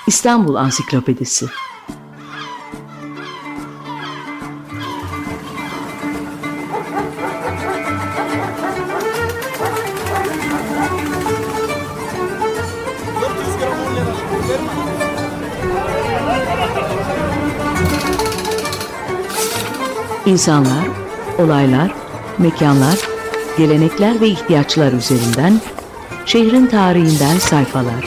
İstanbul Ansiklopedisi. İnsanlar, olaylar, mekanlar, gelenekler ve ihtiyaçlar üzerinden şehrin tarihinden sayfalar.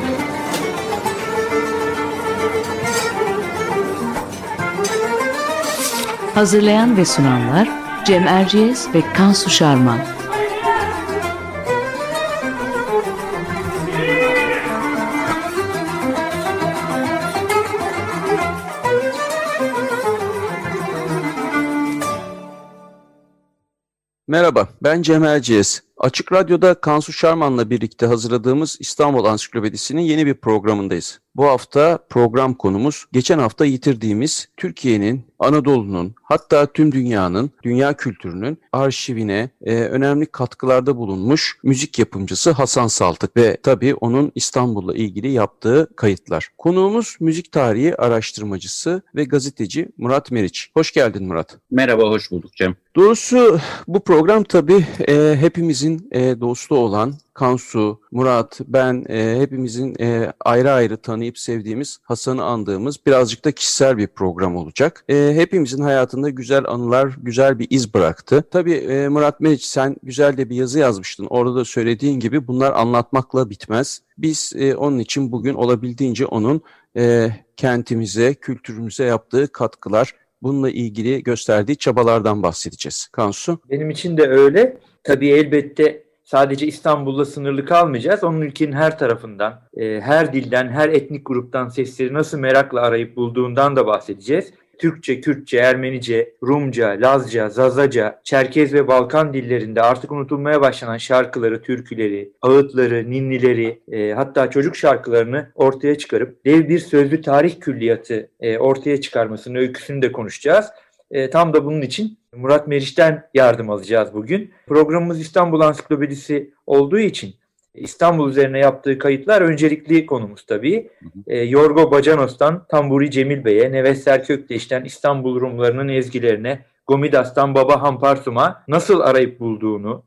Hazırlayan ve sunanlar Cem Erciyes ve Kansu Şarman. Merhaba, ben Cem Erciyes. Açık Radyo'da Kansu Şarman'la birlikte hazırladığımız İstanbul Ansiklopedisi'nin yeni bir programındayız. Bu hafta program konumuz geçen hafta yitirdiğimiz Türkiye'nin, Anadolu'nun, hatta tüm dünyanın, dünya kültürünün arşivine önemli katkılarda bulunmuş müzik yapımcısı Hasan Saltık ve tabii onun İstanbul'la ilgili yaptığı kayıtlar. Konuğumuz müzik tarihi araştırmacısı ve gazeteci Murat Meriç. Hoş geldin Murat. Merhaba, hoş bulduk Cem. Doğrusu bu program tabii hepimizin dostu olan Kansu, Murat, ben hepimizin ayrı ayrı tanıyıp sevdiğimiz, Hasan'ı andığımız birazcık da kişisel bir program olacak. Hepimizin hayatında güzel anılar, güzel bir iz bıraktı. Tabii Murat Meriç, sen güzel de bir yazı yazmıştın. Orada da söylediğin gibi bunlar anlatmakla bitmez. Biz onun için bugün olabildiğince onun kentimize, kültürümüze yaptığı katkılar, bununla ilgili gösterdiği çabalardan bahsedeceğiz. Kansu? Benim için de öyle. Tabii elbette sadece İstanbul'la sınırlı kalmayacağız. Onun ülkenin her tarafından, her dilden, her etnik gruptan sesleri nasıl merakla arayıp bulduğundan da bahsedeceğiz. Türkçe, Kürtçe, Ermenice, Rumca, Lazca, Zazaca, Çerkez ve Balkan dillerinde artık unutulmaya başlanan şarkıları, türküleri, ağıtları, ninnileri, hatta çocuk şarkılarını ortaya çıkarıp dev bir sözlü tarih külliyatı ortaya çıkarmasının öyküsünü de konuşacağız. Tam da bunun için Murat Meriç'ten yardım alacağız bugün. Programımız İstanbul Ansiklopedisi olduğu için İstanbul üzerine yaptığı kayıtlar öncelikli konumuz tabii. Yorgo Bacanos'tan Tamburi Cemil Bey'e, Nevesser Kökteş'ten İstanbul Rumlarının ezgilerine, Gomidas'tan Baba Hamparsum'a nasıl arayıp bulduğunu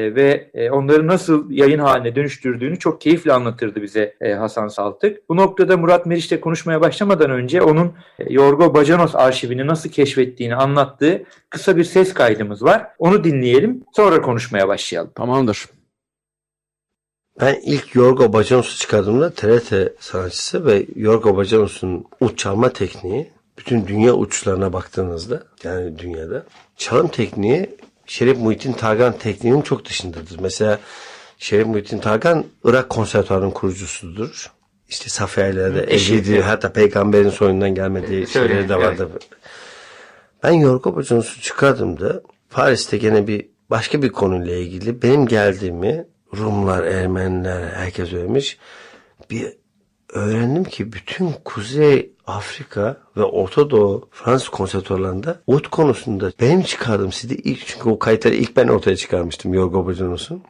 ve onları nasıl yayın haline dönüştürdüğünü çok keyifle anlatırdı bize Hasan Saltık. Bu noktada Murat Meriç'le konuşmaya başlamadan önce onun Yorgo Bacanos arşivini nasıl keşfettiğini anlattığı kısa bir ses kaydımız var. Onu dinleyelim, sonra konuşmaya başlayalım. Tamamdır. Ben ilk Yorgo Bacanos'u çıkardığımda TRT sanatçısı ve Yorgo Bacanos'un uç çalma tekniği, bütün dünya uçlarına baktığınızda, yani dünyada çalım tekniği Şerif Muhittin Targan tekniğinin çok dışındadır. Mesela Şerif Muhittin Targan Irak Konservatuvarı'nın kurucusudur. İşte Safiye'lerde evliydi, hatta peygamberin soyundan gelmediği şeyleri de vardı. Evet. Ben Yorgo Bacanos'u çıkardığımda Paris'te gene başka bir konuyla ilgili benim geldiğimi Rumlar, Ermeniler, herkes öğrenmiş. Öğrendim ki bütün Kuzey Afrika ve Orta Doğu Fransız konservatuvarlarında ud konusunda benim çıkardığım çünkü o kayıtları ilk ben ortaya çıkarmıştım Yorgo Bacanos'un.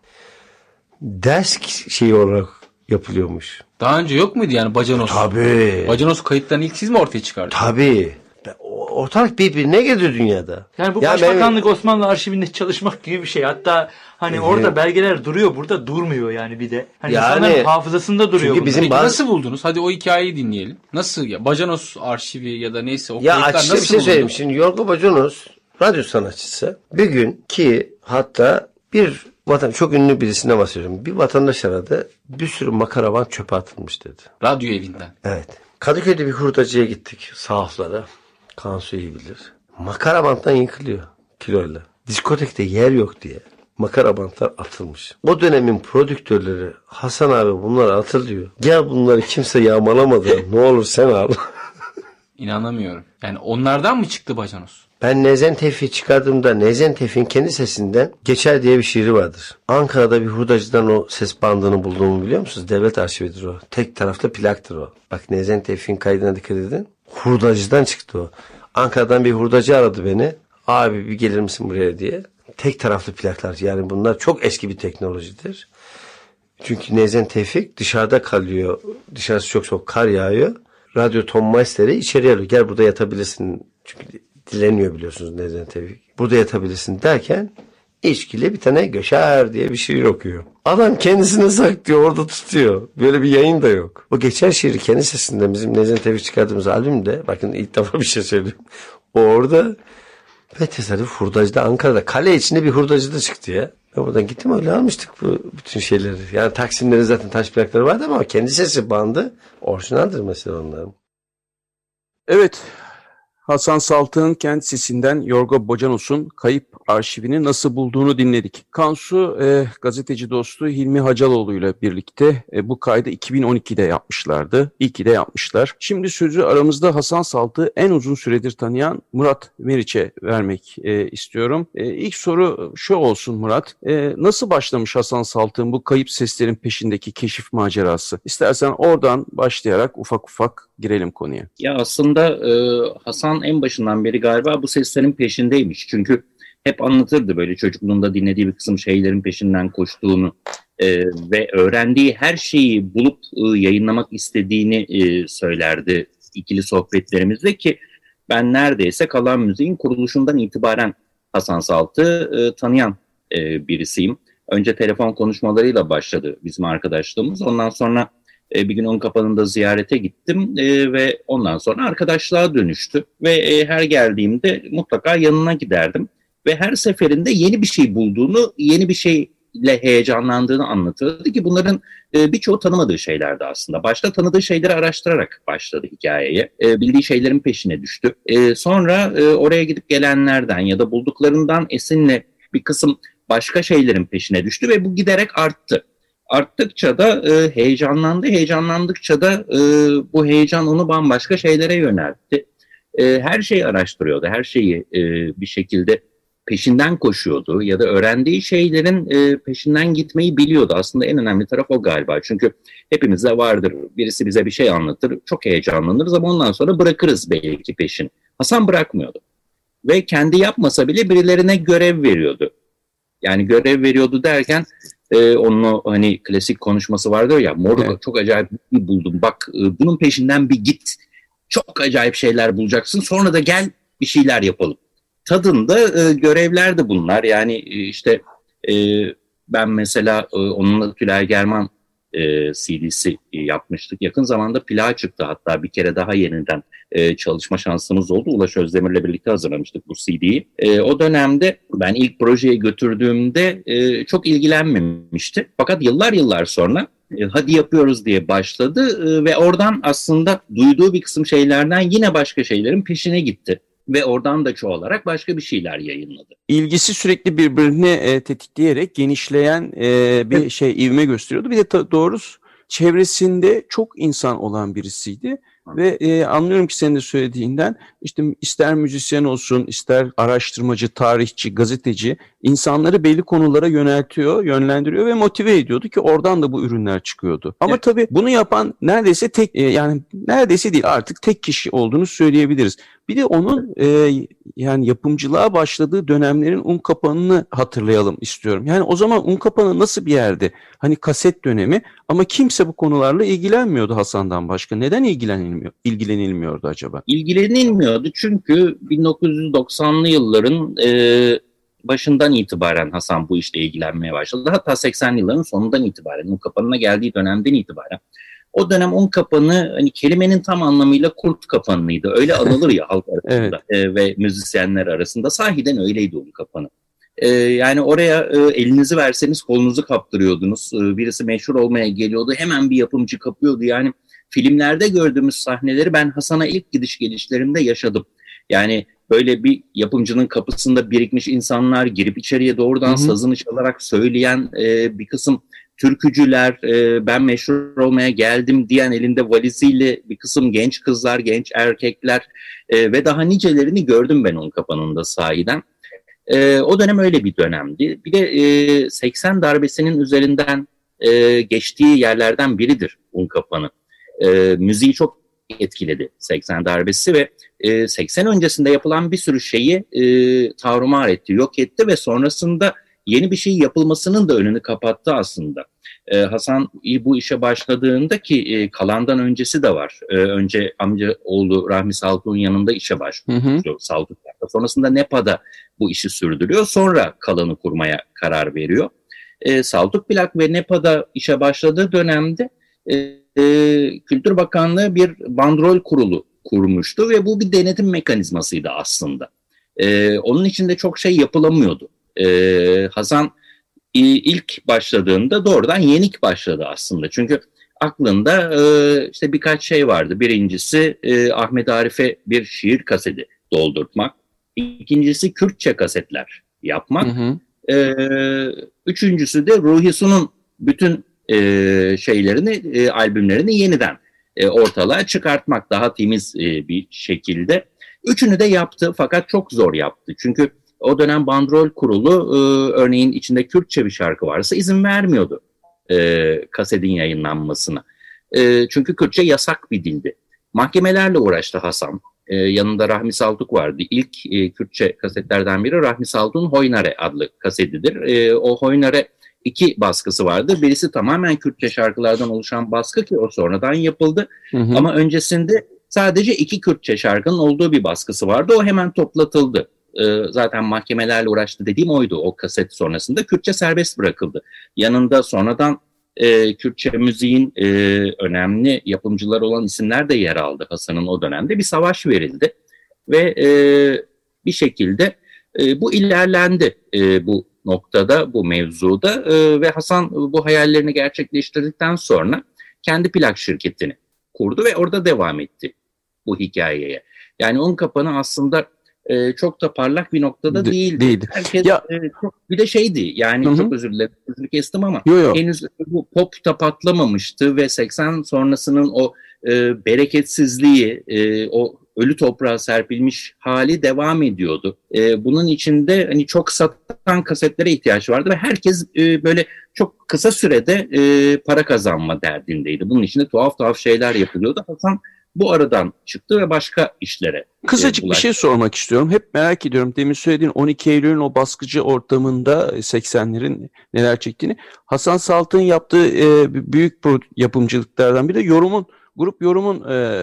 Ders şeyi olarak yapılıyormuş. Daha önce yok muydu yani Bacanos? Tabii. Bacanos kayıtlarını ilk siz mi ortaya çıkardınız? Tabii. Ortalık birbirine girdi dünyada. Yani bu Başbakanlık Osmanlı arşivinde çalışmak gibi bir şey. Hatta hani orada belgeler duruyor, burada durmuyor yani bir de. Hani insanların hafızasında duruyor. Çünkü bizim nasıl buldunuz? Hadi o hikayeyi dinleyelim. Nasıl ya? Bacanos arşivi ya da neyse o kayıtlar nasıl bir şey söyleyeyim. Şimdi Yorgo Bacanos radyo sanatçısı. Bir gün ki hatta çok ünlü birisinden bahsediyorum. Bir vatandaş aradı. Bir sürü makaravan çöpe atılmış dedi. Radyo evinden. Evet. Kadıköy'de bir hurdacıya gittik. Sahaflara. Kansu iyi bilir. Makara banttan yıkılıyor kiloyla. Diskotekte yer yok diye makara bantlar atılmış. O dönemin prodüktörleri Hasan abi bunlar atılıyor. Gel bunları kimse yağmalamadı. Ne olur sen al. İnanamıyorum. Yani onlardan mı çıktı Bacanos? Ben Nezen Tevfik'i çıkardığımda Nezen Tevfik'in kendi sesinden Geçer diye bir şiiri vardır. Ankara'da bir hurdacıdan o ses bandını bulduğumu biliyor musunuz? Devlet arşividir o. Tek taraflı plaktır o. Bak Nezen Tevfik'in kaydına dikkat edin. Hurdacıdan çıktı o. Ankara'dan bir hurdacı aradı beni. Abi bir gelir misin buraya diye. Tek taraflı plaklar. Yani bunlar çok eski bir teknolojidir. Çünkü Nezen Tevfik dışarıda kalıyor. Dışarısı çok soğuk, kar yağıyor. Radyo Tom Meister'i içeriye alıyor. Gel burada yatabilirsin. Çünkü dileniyor biliyorsunuz Nezen Tevfik. Burada yatabilirsin derken İçkili bir tane Göşer diye bir şiir okuyor. Adam kendisine saklıyor, orada tutuyor. Böyle bir yayın da yok. O geçen şiiri kendi sesinden bizim Nezen Tevfik çıkardığımız albümde, bakın ilk defa bir şey söylüyorum. O orada ve tesadüf hurdacıda, Ankara'da kale içinde bir hurdacıda çıktı ya. Ben buradan gittim, öyle almıştık bu bütün şeyleri. Yani Taksimlerin zaten taş plakları vardı ama kendi sesi bandı orijinaldir mesela onların. Evet, Hasan Saltık'ın kendi sesinden Yorgo Bocanos'un kayıp arşivini nasıl bulduğunu dinledik. Kansu gazeteci dostu Hilmi Hacaloğlu ile birlikte bu kaydı 2012'de yapmışlardı. İyi ki de yapmışlar. Şimdi sözü aramızda Hasan Saltık'ı en uzun süredir tanıyan Murat Meriç'e vermek istiyorum. İlk soru şu olsun Murat. Nasıl başlamış Hasan Saltık'ın bu kayıp seslerin peşindeki keşif macerası? İstersen oradan başlayarak ufak ufak girelim konuya. Ya aslında Hasan en başından beri galiba bu seslerin peşindeymiş. Çünkü hep anlatırdı böyle çocukluğunda dinlediği bir kısım şeylerin peşinden koştuğunu ve öğrendiği her şeyi bulup yayınlamak istediğini söylerdi ikili sohbetlerimizde ki ben neredeyse Kalan Müziğin kuruluşundan itibaren Hasan Saltık'ı tanıyan birisiyim. Önce telefon konuşmalarıyla başladı bizim arkadaşlığımız. Ondan sonra bir gün Unkapanı'nda ziyarete gittim ve ondan sonra arkadaşlığa dönüştü. Ve her geldiğimde mutlaka yanına giderdim. Ve her seferinde yeni bir şey bulduğunu, yeni bir şeyle heyecanlandığını anlatırdı ki bunların birçoğu tanımadığı şeylerdi aslında. Başta tanıdığı şeyleri araştırarak başladı hikayeye. Bildiği şeylerin peşine düştü. Sonra oraya gidip gelenlerden ya da bulduklarından esinle bir kısım başka şeylerin peşine düştü ve bu giderek arttı. Arttıkça da heyecanlandı, heyecanlandıkça da bu heyecan onu bambaşka şeylere yöneltti. Her şeyi araştırıyordu, her şeyi bir şekilde peşinden koşuyordu ya da öğrendiği şeylerin peşinden gitmeyi biliyordu. Aslında en önemli taraf o galiba. Çünkü hepimizde vardır, birisi bize bir şey anlatır, çok heyecanlanırız ama ondan sonra bırakırız belki peşini. Hasan bırakmıyordu ve kendi yapmasa bile birilerine görev veriyordu. Yani görev veriyordu derken onun o hani klasik konuşması vardır ya, moruk evet, çok acayip bir şey buldum, bak bunun peşinden bir git, çok acayip şeyler bulacaksın, sonra da gel bir şeyler yapalım tadında görevler de bunlar. Yani işte ben mesela onunla Tülay German CD'si yapmıştık. Yakın zamanda plağı çıktı, hatta bir kere daha yeniden çalışma şansımız oldu. Ulaş Özdemir'le birlikte hazırlamıştık bu CD'yi. O dönemde ben ilk projeye götürdüğümde çok ilgilenmemişti. Fakat yıllar sonra hadi yapıyoruz diye başladı ve oradan aslında duyduğu bir kısım şeylerden yine başka şeylerin peşine gitti. Ve oradan da çoğalarak başka bir şeyler yayınladı. İlgisi sürekli birbirini tetikleyerek genişleyen bir şey, ivme gösteriyordu. Bir de doğrusu çevresinde çok insan olan birisiydi. Ve anlıyorum ki senin de söylediğinden işte ister müzisyen olsun, ister araştırmacı, tarihçi, gazeteci insanları belli konulara yönlendiriyor ve motive ediyordu ki oradan da bu ürünler çıkıyordu. Ama evet, tabii bunu yapan neredeyse yani neredeyse değil, artık tek kişi olduğunu söyleyebiliriz. Bir de onun yani yapımcılığa başladığı dönemlerin Unkapanı'nı hatırlayalım istiyorum. Yani o zaman Unkapanı nasıl bir yerdi? Hani kaset dönemi ama kimse bu konularla ilgilenmiyordu Hasan'dan başka. Neden ilgilenilmiyordu acaba? İlgilenilmiyordu çünkü 1990'lı yılların başından itibaren Hasan bu işle ilgilenmeye başladı. Hatta 80'li yılların sonundan itibaren, Unkapanı'na geldiği dönemden itibaren. O dönem Unkapanı hani kelimenin tam anlamıyla kurt kapanıydı. Öyle anılır ya halk arasında evet, ve müzisyenler arasında. Sahiden öyleydi Unkapanı. Yani oraya elinizi verseniz kolunuzu kaptırıyordunuz. Birisi meşhur olmaya geliyordu, hemen bir yapımcı kapıyordu. Yani filmlerde gördüğümüz sahneleri ben Hasan'a ilk gidiş gelişlerimde yaşadım. Yani böyle bir yapımcının kapısında birikmiş insanlar girip içeriye doğrudan sazını çalarak söyleyen bir kısım türkücüler, ben meşhur olmaya geldim diyen elinde valiziyle bir kısım genç kızlar, genç erkekler ve daha nicelerini gördüm ben Unkapanı'nda sahiden. O dönem öyle bir dönemdi. Bir de 80 darbesinin üzerinden geçtiği yerlerden biridir Unkapanı. Müziği çok etkiledi 80 darbesi ve 80 öncesinde yapılan bir sürü şeyi tarumar etti, yok etti ve sonrasında yeni bir şey yapılmasının da önünü kapattı aslında. Hasan bu işe başladığında ki Kalan'dan öncesi de var. Önce amca oğlu Rahmi Saltuk'un yanında işe başlıyor. Saltuk'ta. Sonrasında Nepa'da bu işi sürdürüyor. Sonra Kalan'ı kurmaya karar veriyor. Saltuk Plak ve Nepa'da işe başladığı dönemde Kültür Bakanlığı bir bandrol kurulu kurmuştu ve bu bir denetim mekanizmasıydı aslında. Onun içinde çok şey yapılamıyordu. Hasan ilk başladığında doğrudan yenik başladı aslında. Çünkü aklında işte birkaç şey vardı. Birincisi Ahmet Arif'e bir şiir kaseti doldurtmak. İkincisi Kürtçe kasetler yapmak. Üçüncüsü de Ruhi Su'nun bütün albümlerini yeniden ortalığa çıkartmak daha temiz bir şekilde. Üçünü de yaptı fakat çok zor yaptı. Çünkü o dönem bandrol kurulu örneğin içinde Kürtçe bir şarkı varsa izin vermiyordu kasetin yayınlanmasına. Çünkü Kürtçe yasak bir dildi. Mahkemelerle uğraştı Hasan. Yanında Rahmi Saltuk vardı. İlk Kürtçe kasetlerden biri Rahmi Saltuk'un Hoynare adlı kasetidir. O Hoynare 2 baskısı vardı. Birisi tamamen Kürtçe şarkılardan oluşan baskı ki o sonradan yapıldı. Ama öncesinde sadece 2 Kürtçe şarkının olduğu bir baskısı vardı. O hemen toplatıldı. Zaten mahkemelerle uğraştı dediğim oydu. O kaset sonrasında Kürtçe serbest bırakıldı. Yanında sonradan Kürtçe müziğin önemli yapımcıları olan isimler de yer aldı Hasan'ın o dönemde. Bir savaş verildi ve bir şekilde bu ilerlendi bu noktada, bu mevzuda ve Hasan bu hayallerini gerçekleştirdikten sonra kendi plak şirketini kurdu ve orada devam etti bu hikayeye. Yani Unkapanı aslında çok da parlak bir noktada değildi. Herkes çok, bir de şeydi yani çok özür dilerim, özür kestim ama henüz bu pop da patlamamıştı ve 80 sonrasının o bereketsizliği, o ölü toprağa serpilmiş hali devam ediyordu. Bunun içinde hani çok satan kasetlere ihtiyaç vardı ve herkes böyle çok kısa sürede para kazanma derdindeydi. Bunun içinde tuhaf şeyler yapılıyordu. Hasan bu aradan çıktı ve başka işlere Kısacık bir şey sormak istiyorum. Hep merak ediyorum. Demin söylediğin 12 Eylül'ün o baskıcı ortamında 80'lerin neler çektiğini. Hasan Saltuk'un yaptığı büyük yapımcılıklardan biri de Grup Yorum'un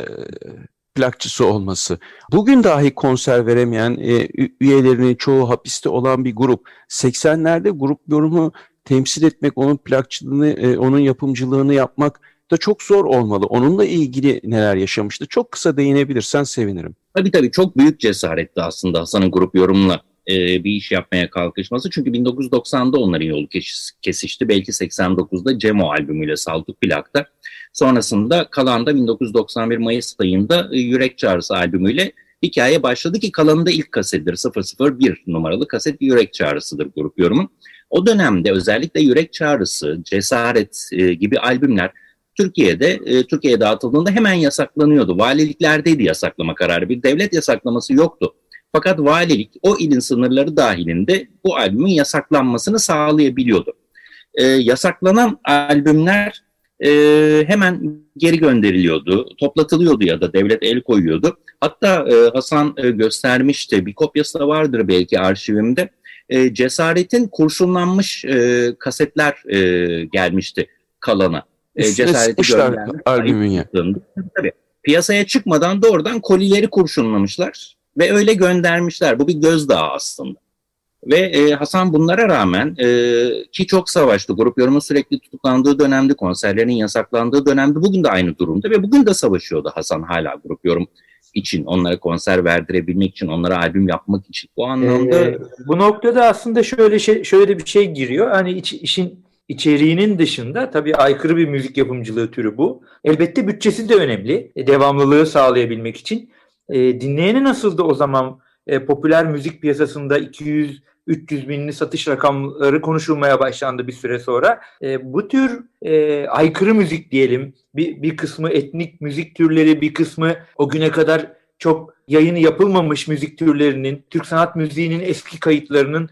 plakçısı olması. Bugün dahi konser veremeyen üyelerinin çoğu hapiste olan bir grup. 80'lerde Grup Yorum'u temsil etmek, onun plakçılığını, onun yapımcılığını yapmak da çok zor olmalı. Onunla ilgili neler yaşamıştı? Çok kısa değinebilirsen sevinirim. Tabii çok büyük cesaretti aslında Hasan'ın Grup Yorum'la bir iş yapmaya kalkışması. Çünkü 1990'da onların yolu kesişti. Belki 89'da Cemo albümüyle Saltuk Plak'ta. Sonrasında Kalan'da 1991 Mayıs ayında Yürek Çağrısı albümüyle hikaye başladı ki Kalan'ın da ilk kasetidir. 001 numaralı kaset Yürek Çağrısı'dır Grup Yorum'un. O dönemde özellikle Yürek Çağrısı, Cesaret gibi albümler Türkiye'ye dağıtıldığında hemen yasaklanıyordu. Valiliklerdeydi yasaklama kararı. Bir devlet yasaklaması yoktu. Fakat valilik o ilin sınırları dahilinde bu albümün yasaklanmasını sağlayabiliyordu. Yasaklanan albümler hemen geri gönderiliyordu, toplatılıyordu ya da devlet el koyuyordu. Hatta Hasan göstermişti, bir kopyası da vardır belki arşivimde. Cesaret'in kurşunlanmış kasetler gelmişti Kalan'a. Cesareti göndermiş. Albümün ya. Tabii. Piyasaya çıkmadan doğrudan kolileri kurşunlamışlar ve öyle göndermişler. Bu bir gözdağı aslında. Ve Hasan bunlara rağmen ki çok savaştı. Grup Yorum'un sürekli tutuklandığı dönemde, konserlerinin yasaklandığı dönemde bugün de aynı durumda ve bugün de savaşıyordu Hasan hala Grup Yorum için, onlara konser verdirebilmek için, onlara albüm yapmak için. Bu anlamda bu noktada aslında şöyle bir şey giriyor. Hani işin içeriğinin dışında tabii aykırı bir müzik yapımcılığı türü bu. Elbette bütçesi de önemli. Devamlılığı sağlayabilmek için. Dinleyeni nasıldı o zaman? Popüler müzik piyasasında 200-300 binli satış rakamları konuşulmaya başlandı bir süre sonra. Bu tür aykırı müzik diyelim, bir kısmı etnik müzik türleri, bir kısmı o güne kadar çok yayını yapılmamış müzik türlerinin, Türk sanat müziğinin eski kayıtlarının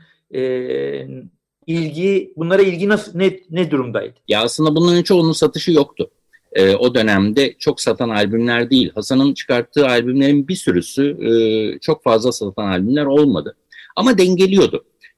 bunlara ilgi ne durumdaydı? Ya aslında bunların çoğunun satışı yoktu. O dönemde çok satan albümler değil. Hasan'ın çıkarttığı albümlerin bir sürüsü çok fazla satan albümler olmadı. Ama dengeliyordu.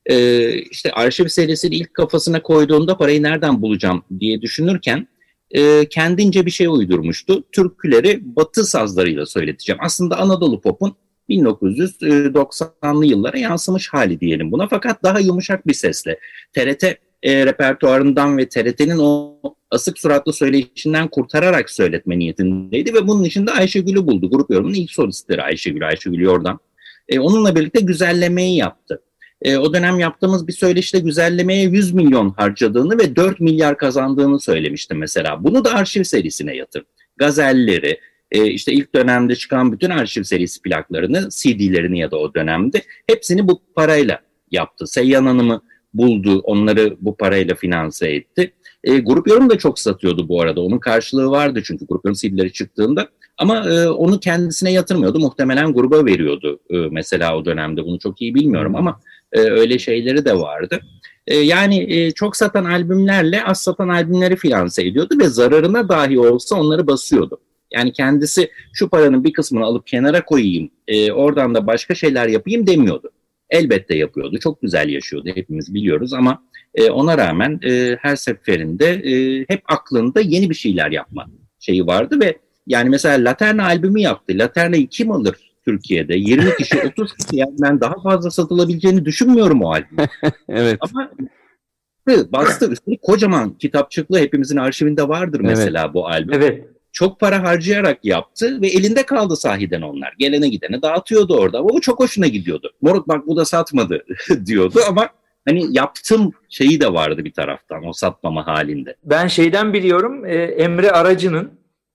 İşte arşiv serisini ilk kafasına koyduğunda parayı nereden bulacağım diye düşünürken kendince bir şey uydurmuştu. Türküleri Batı sazlarıyla söyleteceğim. Aslında Anadolu Pop'un 1990'lı yıllara yansımış hali diyelim buna. Fakat daha yumuşak bir sesle. TRT repertuarından ve TRT'nin o asık suratlı söyleyişinden kurtararak söyletme niyetindeydi ve bunun için de Ayşegül'ü buldu. Grup Yorum'un ilk solistleri Ayşegül Yordan. Onunla birlikte güzellemeyi yaptı. O dönem yaptığımız bir söyleşide güzellemeye 100 milyon harcadığını ve 4 milyar kazandığını söylemiştim mesela. Bunu da arşiv serisine yatırdı. Gazelleri, işte ilk dönemde çıkan bütün arşiv serisi plaklarını, CD'lerini ya da o dönemde hepsini bu parayla yaptı. Seyyan Hanım'ı buldu, onları bu parayla finanse etti. Grup Yorum da çok satıyordu bu arada. Onun karşılığı vardı çünkü Grup Yorum CD'leri çıktığında. Ama onu kendisine yatırmıyordu. Muhtemelen gruba veriyordu mesela o dönemde. Bunu çok iyi bilmiyorum ama öyle şeyleri de vardı. Yani çok satan albümlerle az satan albümleri finanse ediyordu ve zararına dahi olsa onları basıyordu. Yani kendisi şu paranın bir kısmını alıp kenara koyayım, oradan da başka şeyler yapayım demiyordu. Elbette yapıyordu. Çok güzel yaşıyordu. Hepimiz biliyoruz ama ona rağmen her seferinde hep aklında yeni bir şeyler yapma şeyi vardı ve yani mesela Laterna albümü yaptı. Laterna'yı kim alır Türkiye'de? 20 kişi, 30 kişi, yani ben daha fazla satılabileceğini düşünmüyorum o albümü. Evet. Ama bastı. Üstelik kocaman kitapçıklı hepimizin arşivinde vardır mesela evet. Bu albüm. Evet. Çok para harcayarak yaptı ve elinde kaldı sahiden onlar. Gelene gidene dağıtıyordu orada. Ama o çok hoşuna gidiyordu. Moruk bak bu da satmadı diyordu ama hani yaptım şeyi de vardı bir taraftan o satmama halinde. Ben şeyden biliyorum Emre Aracı'nın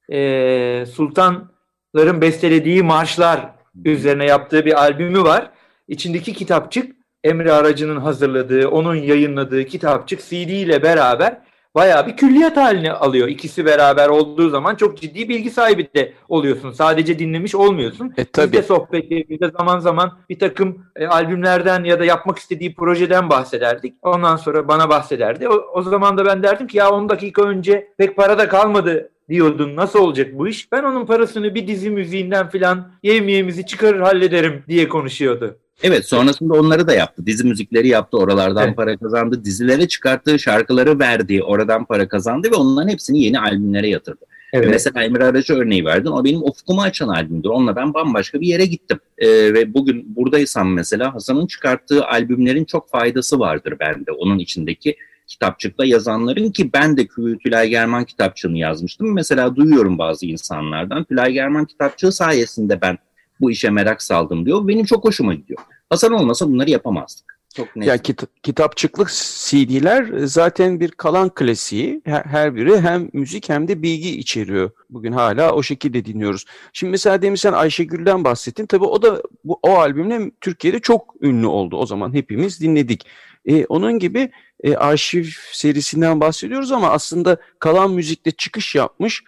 Sultanların bestelediği marşlar üzerine yaptığı bir albümü var. İçindeki kitapçık Emre Aracı'nın hazırladığı, onun yayınladığı kitapçık CD ile beraber bayağı bir külliyat haline alıyor. İkisi beraber olduğu zaman çok ciddi bilgi sahibi de oluyorsun. Sadece dinlemiş olmuyorsun. Biz de sohbetlerimizde zaman zaman bir takım albümlerden ya da yapmak istediği projeden bahsederdik. Ondan sonra bana bahsederdi. O zaman da ben derdim ki ya 10 dakika önce pek para da kalmadı diyordun. Nasıl olacak bu iş? Ben onun parasını bir dizi müziğinden filan yevmiyemizi çıkarır hallederim diye konuşuyordu. Evet, sonrasında onları da yaptı. Dizi müzikleri yaptı, oralardan para kazandı. Dizilere çıkarttığı şarkıları verdi, oradan para kazandı ve onların hepsini yeni albümlere yatırdı. Evet. Mesela Emre Aracı örneği verdin. O benim ufkumu açan albümdür. Onunla ben bambaşka bir yere gittim. Ve bugün buradaysam mesela Hasan'ın çıkarttığı albümlerin çok faydası vardır bende. Onun içindeki kitapçıkta yazanların ki ben de Tülay German kitapçığını yazmıştım. Mesela duyuyorum bazı insanlardan Tülay German kitapçığı sayesinde ben bu işe merak saldım diyor. Benim çok hoşuma gidiyor. Hasan olmasa bunları yapamazdık. Çok net. Ya kitapçıklık CD'ler zaten bir kalan klasiği. Her biri hem müzik hem de bilgi içeriyor. Bugün hala o şekilde dinliyoruz. Şimdi mesela demin sen Ayşegül'den bahsettin. Tabii o da o albümle Türkiye'de çok ünlü oldu. O zaman hepimiz dinledik. Onun gibi arşiv serisinden bahsediyoruz ama aslında kalan müzikte çıkış yapmış,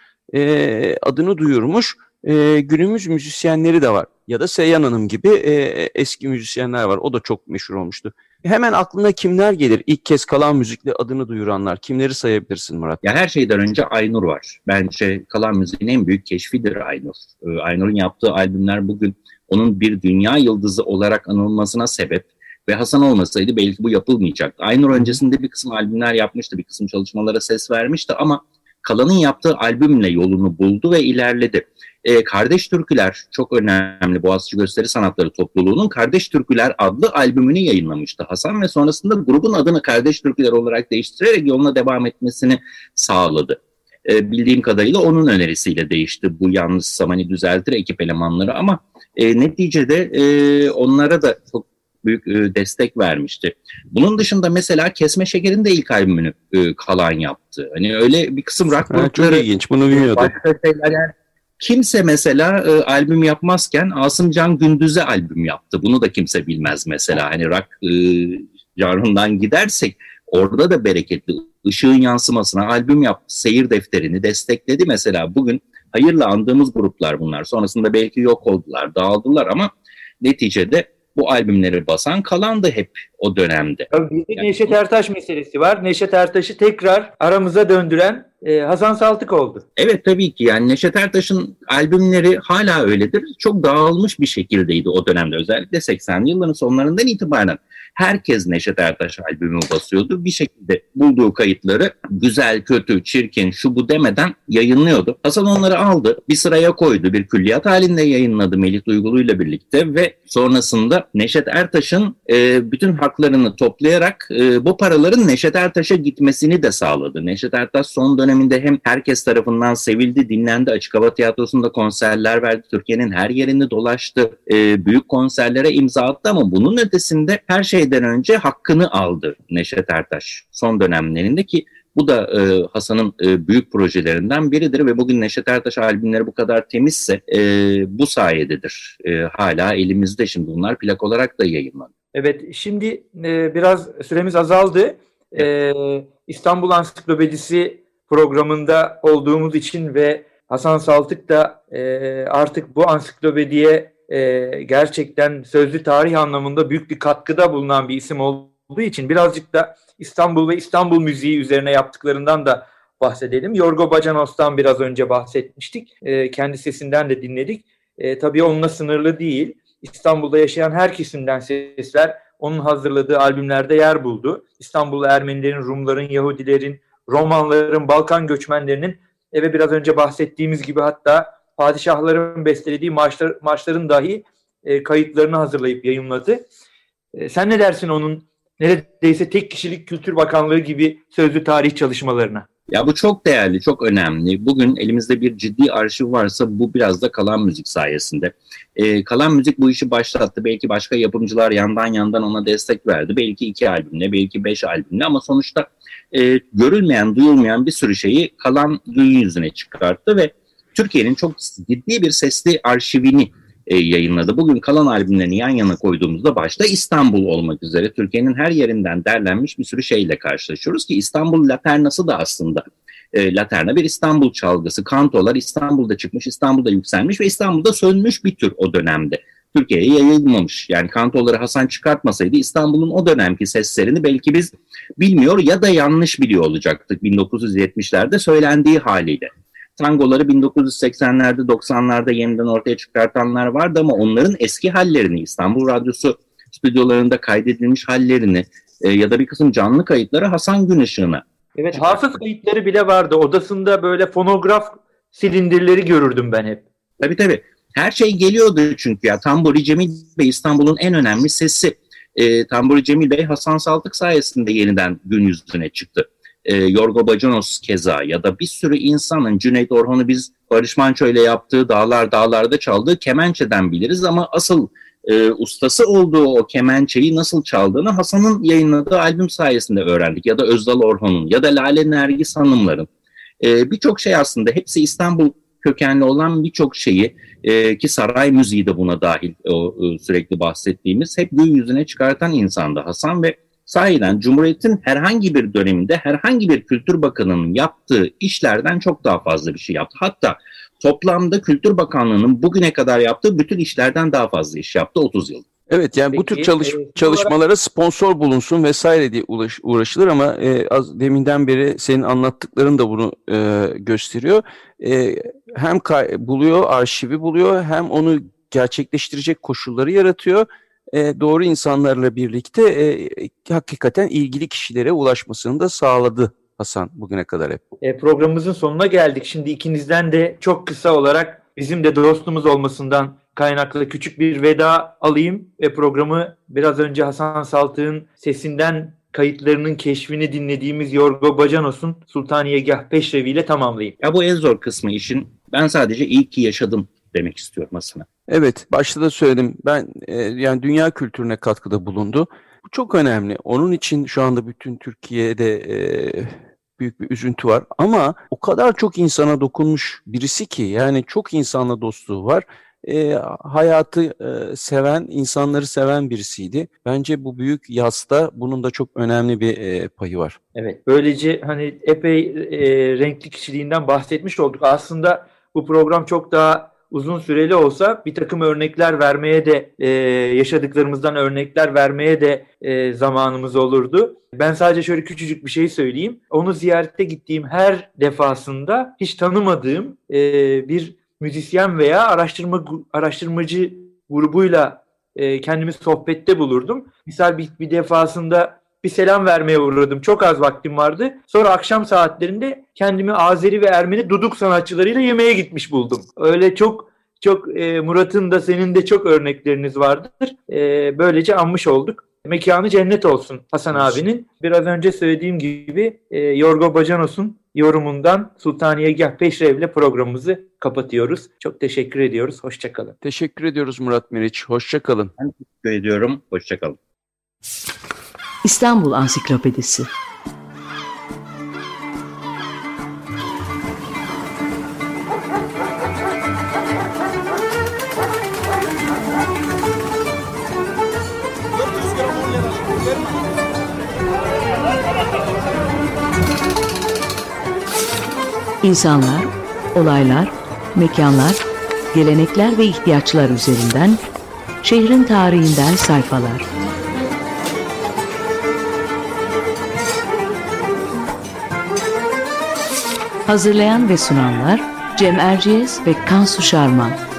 adını duyurmuş günümüz müzisyenleri de var. Ya da Seyyan Hanım gibi eski müzisyenler var. O da çok meşhur olmuştu. Hemen aklına kimler gelir? İlk kez kalan müzikle adını duyuranlar. Kimleri sayabilirsin Murat? Ya her şeyden önce Aynur var. Bence kalan müziğin en büyük keşfidir Aynur. Aynur'un yaptığı albümler bugün onun bir dünya yıldızı olarak anılmasına sebep. Ve Hasan olmasaydı belki bu yapılmayacaktı. Aynur öncesinde bir kısım albümler yapmıştı. Bir kısım çalışmalara ses vermişti ama Kalan'ın yaptığı albümle yolunu buldu ve ilerledi. Kardeş Türküler çok önemli. Boğaziçi Gösteri Sanatları Topluluğu'nun Kardeş Türküler adlı albümünü yayınlamıştı Hasan ve sonrasında grubun adını Kardeş Türküler olarak değiştirerek yoluna devam etmesini sağladı. Bildiğim kadarıyla onun önerisiyle değişti. Bu yanlış Samani düzeltir ekip elemanları ama neticede onlara da çok büyük destek vermişti. Bunun dışında mesela Kesme Şeker'in de ilk albümünü Kalan yaptı. Hani öyle bir kısım rock grupları. Çok ilginç, bunu bilmiyordum. Yani kimse mesela albüm yapmazken Asım Can Gündüz'e albüm yaptı. Bunu da kimse bilmez mesela. Hani rock janrından gidersek orada da bereketli. Işığın Yansımasına albüm yaptı. Seyir Defteri'ni destekledi mesela. Bugün hayırla andığımız gruplar bunlar. Sonrasında belki yok oldular, dağıldılar ama neticede bu albümleri basan Kalan'dı hep o dönemde. Bir de Neşet Ertaş meselesi var. Neşet Ertaş'ı tekrar aramıza döndüren Hasan Saltık oldu. Evet, tabii ki yani Neşet Ertaş'ın albümleri hala öyledir. Çok dağılmış bir şekildeydi o dönemde, özellikle 80'li yılların sonlarından itibaren. Herkes Neşet Ertaş albümü basıyordu. Bir şekilde bulduğu kayıtları güzel, kötü, çirkin, şu bu demeden yayınlıyordu. Hasan onları aldı, bir sıraya koydu, bir külliyat halinde yayınladı Melih Duygulu ile birlikte ve sonrasında Neşet Ertaş'ın bütün haklarını toplayarak bu paraların Neşet Ertaş'a gitmesini de sağladı. Neşet Ertaş son döneminde hem herkes tarafından sevildi, dinlendi, Açık Hava Tiyatrosu'nda konserler verdi, Türkiye'nin her yerini dolaştı, büyük konserlere imza attı ama bunun ötesinde her şeyden önce hakkını aldı Neşet Ertaş son dönemlerinde ki bu da Hasan'ın büyük projelerinden biridir ve bugün Neşet Ertaş albümleri bu kadar temizse bu sayededir. Hala elimizde, şimdi bunlar plak olarak da yayınlanıyor. Evet, şimdi biraz süremiz azaldı. İstanbul Ansiklopedisi programında olduğumuz için ve Hasan Saltık da artık bu ansiklopediye gerçekten sözlü tarih anlamında büyük bir katkıda bulunan bir isim olduğu için birazcık da İstanbul ve İstanbul müziği üzerine yaptıklarından da bahsedelim. Yorgo Bacanos'tan biraz önce bahsetmiştik. Kendi sesinden de dinledik. Tabii onunla sınırlı değil. İstanbul'da yaşayan her kesimden sesler onun hazırladığı albümlerde yer buldu. İstanbul'da Ermenilerin, Rumların, Yahudilerin, Romanların, Balkan göçmenlerinin ve biraz önce bahsettiğimiz gibi hatta padişahların bestelediği marşların dahi kayıtlarını hazırlayıp yayımladı. Sen ne dersin onun neredeyse tek kişilik Kültür Bakanlığı gibi sözlü tarih çalışmalarına? Ya bu çok değerli, çok önemli. Bugün elimizde bir ciddi arşiv varsa bu biraz da Kalan Müzik sayesinde. Kalan Müzik bu işi başlattı. Belki başka yapımcılar yandan ona destek verdi. Belki 2 albümle, belki 5 albümle ama sonuçta görülmeyen, duyulmayan bir sürü şeyi Kalan gün yüzüne çıkarttı ve Türkiye'nin çok ciddi bir sesli arşivini yayınladı. Bugün Kalan albümlerini yan yana koyduğumuzda başta İstanbul olmak üzere Türkiye'nin her yerinden derlenmiş bir sürü şeyle karşılaşıyoruz ki İstanbul Laternası da aslında Laterna bir İstanbul çalgısı. Kantolar İstanbul'da çıkmış, İstanbul'da yükselmiş ve İstanbul'da sönmüş bir tür o dönemde. Türkiye'ye yayılmamış. Yani kantoları Hasan çıkartmasaydı İstanbul'un o dönemki seslerini belki biz bilmiyor ya da yanlış biliyor olacaktık 1970'lerde söylendiği haliyle. Tangoları 1980'lerde 90'larda yeniden ortaya çıkartanlar vardı ama onların eski hallerini İstanbul Radyosu stüdyolarında kaydedilmiş hallerini ya da bir kısım canlı kayıtları Hasan Günışık'ına. Evet, hafız kayıtları bile vardı. Odasında böyle fonograf silindirleri görürdüm ben hep. Tabii. Her şey geliyordu çünkü ya. Tamburi Cemil Bey İstanbul'un en önemli sesi. Tamburi Cemil Bey Hasan Saltık sayesinde yeniden gün yüzüne çıktı. Yorgo Bacanos keza ya da bir sürü insanın Cüneyt Orhan'ı biz Barış Manço ile yaptığı Dağlarda çaldığı kemençeden biliriz ama asıl ustası olduğu o kemençeyi nasıl çaldığını Hasan'ın yayınladığı albüm sayesinde öğrendik ya da Özdal Orhan'ın ya da Lale Nergis Hanımların birçok şey aslında hepsi İstanbul kökenli olan birçok şeyi ki saray müziği de buna dahil o sürekli bahsettiğimiz hep gün yüzüne çıkartan insandı Hasan ve sahiden Cumhuriyet'in herhangi bir döneminde herhangi bir Kültür Bakanı'nın yaptığı işlerden çok daha fazla bir şey yaptı. Hatta toplamda Kültür Bakanlığı'nın bugüne kadar yaptığı bütün işlerden daha fazla iş yaptı 30 yıl. Evet, yani bu tür çalışmalara sponsor bulunsun vesaire diye uğraşılır ama deminden beri senin anlattıkların da bunu gösteriyor. Hem buluyor, arşivi buluyor, hem onu gerçekleştirecek koşulları yaratıyor. Doğru insanlarla birlikte hakikaten ilgili kişilere ulaşmasını da sağladı Hasan bugüne kadar hep. Programımızın sonuna geldik. Şimdi ikinizden de çok kısa olarak bizim de dostumuz olmasından kaynaklı küçük bir veda alayım ve programı biraz önce Hasan Saltık'ın sesinden kayıtlarının keşfini dinlediğimiz Yorgo Bacanos'un Sultaniyegah Peşrevi ile tamamlayayım. Ya bu en zor kısmı işin. Ben sadece iyi ki yaşadım demek istiyorum aslında. Evet, başta da söyledim. Ben yani dünya kültürüne katkıda bulundu. Bu çok önemli. Onun için şu anda bütün Türkiye'de büyük bir üzüntü var. Ama o kadar çok insana dokunmuş birisi ki yani çok insanla dostluğu var. Hayatı seven, insanları seven birisiydi. Bence bu büyük yasta bunun da çok önemli bir payı var. Evet, böylece hani epey renkli kişiliğinden bahsetmiş olduk. Aslında bu program çok daha uzun süreli olsa bir takım örnekler vermeye de yaşadıklarımızdan örnekler vermeye de zamanımız olurdu. Ben sadece şöyle küçücük bir şey söyleyeyim. Onu ziyarete gittiğim her defasında hiç tanımadığım bir müzisyen veya araştırmacı grubuyla kendimi sohbette bulurdum. Misal bir defasında bir selam vermeye uğradım. Çok az vaktim vardı. Sonra akşam saatlerinde kendimi Azeri ve Ermeni duduk sanatçılarıyla yemeğe gitmiş buldum. Öyle çok Murat'ın da senin de çok örnekleriniz vardır. Böylece anmış olduk. Mekanı cennet olsun Hasan abinin. Biraz önce söylediğim gibi Yorgo Bacanos'un yorumundan Sultaniyegah Peşrev'le programımızı kapatıyoruz. Çok teşekkür ediyoruz. Hoşçakalın. Teşekkür ediyoruz Murat Meriç. Hoşçakalın. Ben teşekkür ediyorum. Hoşçakalın. İstanbul Ansiklopedisi. İnsanlar, olaylar, mekanlar, gelenekler ve ihtiyaçlar üzerinden şehrin tarihinden sayfalar. Hazırlayan ve sunanlar Cem Erciyes ve Kansu Şarman.